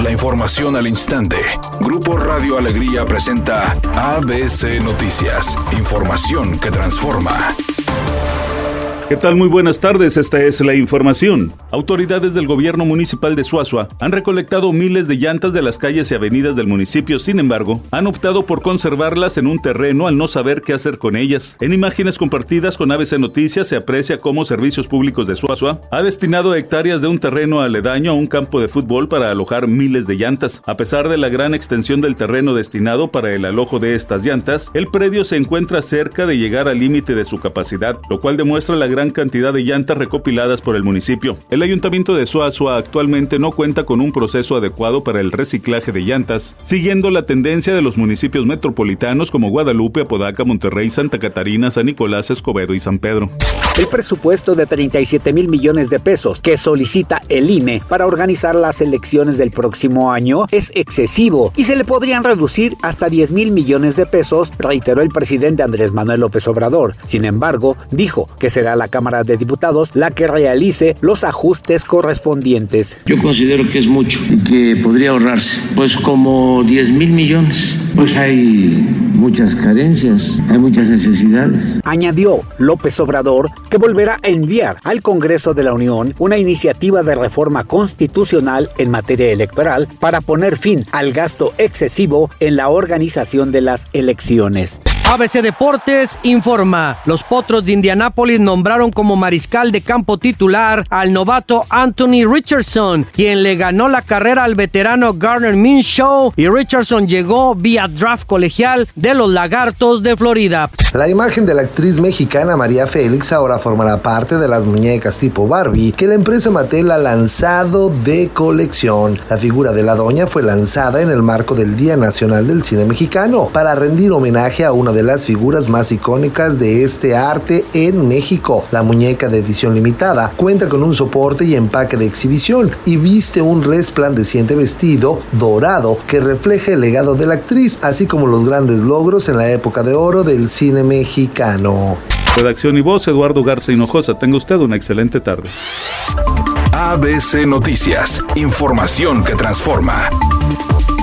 La información al instante. Grupo Radio Alegría presenta ABC Noticias. Información que transforma. ¿Qué tal? Muy buenas tardes, esta es la información. Autoridades del gobierno municipal de Suazua han recolectado miles de llantas de las calles y avenidas del municipio, sin embargo, han optado por conservarlas en un terreno al no saber qué hacer con ellas. En imágenes compartidas con ABC Noticias se aprecia cómo Servicios Públicos de Suazua ha destinado hectáreas de un terreno aledaño a un campo de fútbol para alojar miles de llantas. A pesar de la gran extensión del terreno destinado para el alojo de estas llantas, el predio se encuentra cerca de llegar al límite de su capacidad, lo cual demuestra la gran cantidad de llantas recopiladas por el municipio. El ayuntamiento de Suazua actualmente no cuenta con un proceso adecuado para el reciclaje de llantas, siguiendo la tendencia de los municipios metropolitanos como Guadalupe, Apodaca, Monterrey, Santa Catarina, San Nicolás, Escobedo y San Pedro. El presupuesto de 37,000 millones de pesos que solicita el INE para organizar las elecciones del próximo año es excesivo y se le podrían reducir hasta 10,000 millones de pesos, reiteró el presidente Andrés Manuel López Obrador. Sin embargo, dijo que será la Cámara de Diputados la que realice los ajustes correspondientes. Yo considero que es mucho y que podría ahorrarse, pues como 10,000 millones. Pues hay muchas carencias, hay muchas necesidades. Añadió López Obrador que volverá a enviar al Congreso de la Unión una iniciativa de reforma constitucional en materia electoral para poner fin al gasto excesivo en la organización de las elecciones. ABC Deportes informa. Los Potros de Indianápolis nombraron como mariscal de campo titular al novato Anthony Richardson, quien le ganó la carrera al veterano Gardner Minshew, y Richardson llegó vía draft colegial de los Lagartos de Florida. La imagen de la actriz mexicana María Félix ahora formará parte de las muñecas tipo Barbie que la empresa Mattel ha lanzado de colección. La figura de la doña fue lanzada en el marco del Día Nacional del Cine Mexicano para rendir homenaje a una de las figuras más icónicas de este arte en México. La muñeca de edición limitada cuenta con un soporte y empaque de exhibición y viste un resplandeciente vestido dorado que refleja el legado de la actriz, así como los grandes logros en la época de oro del cine mexicano. Redacción y voz, Eduardo Garza Hinojosa. Tenga usted una excelente tarde. ABC Noticias, información que transforma.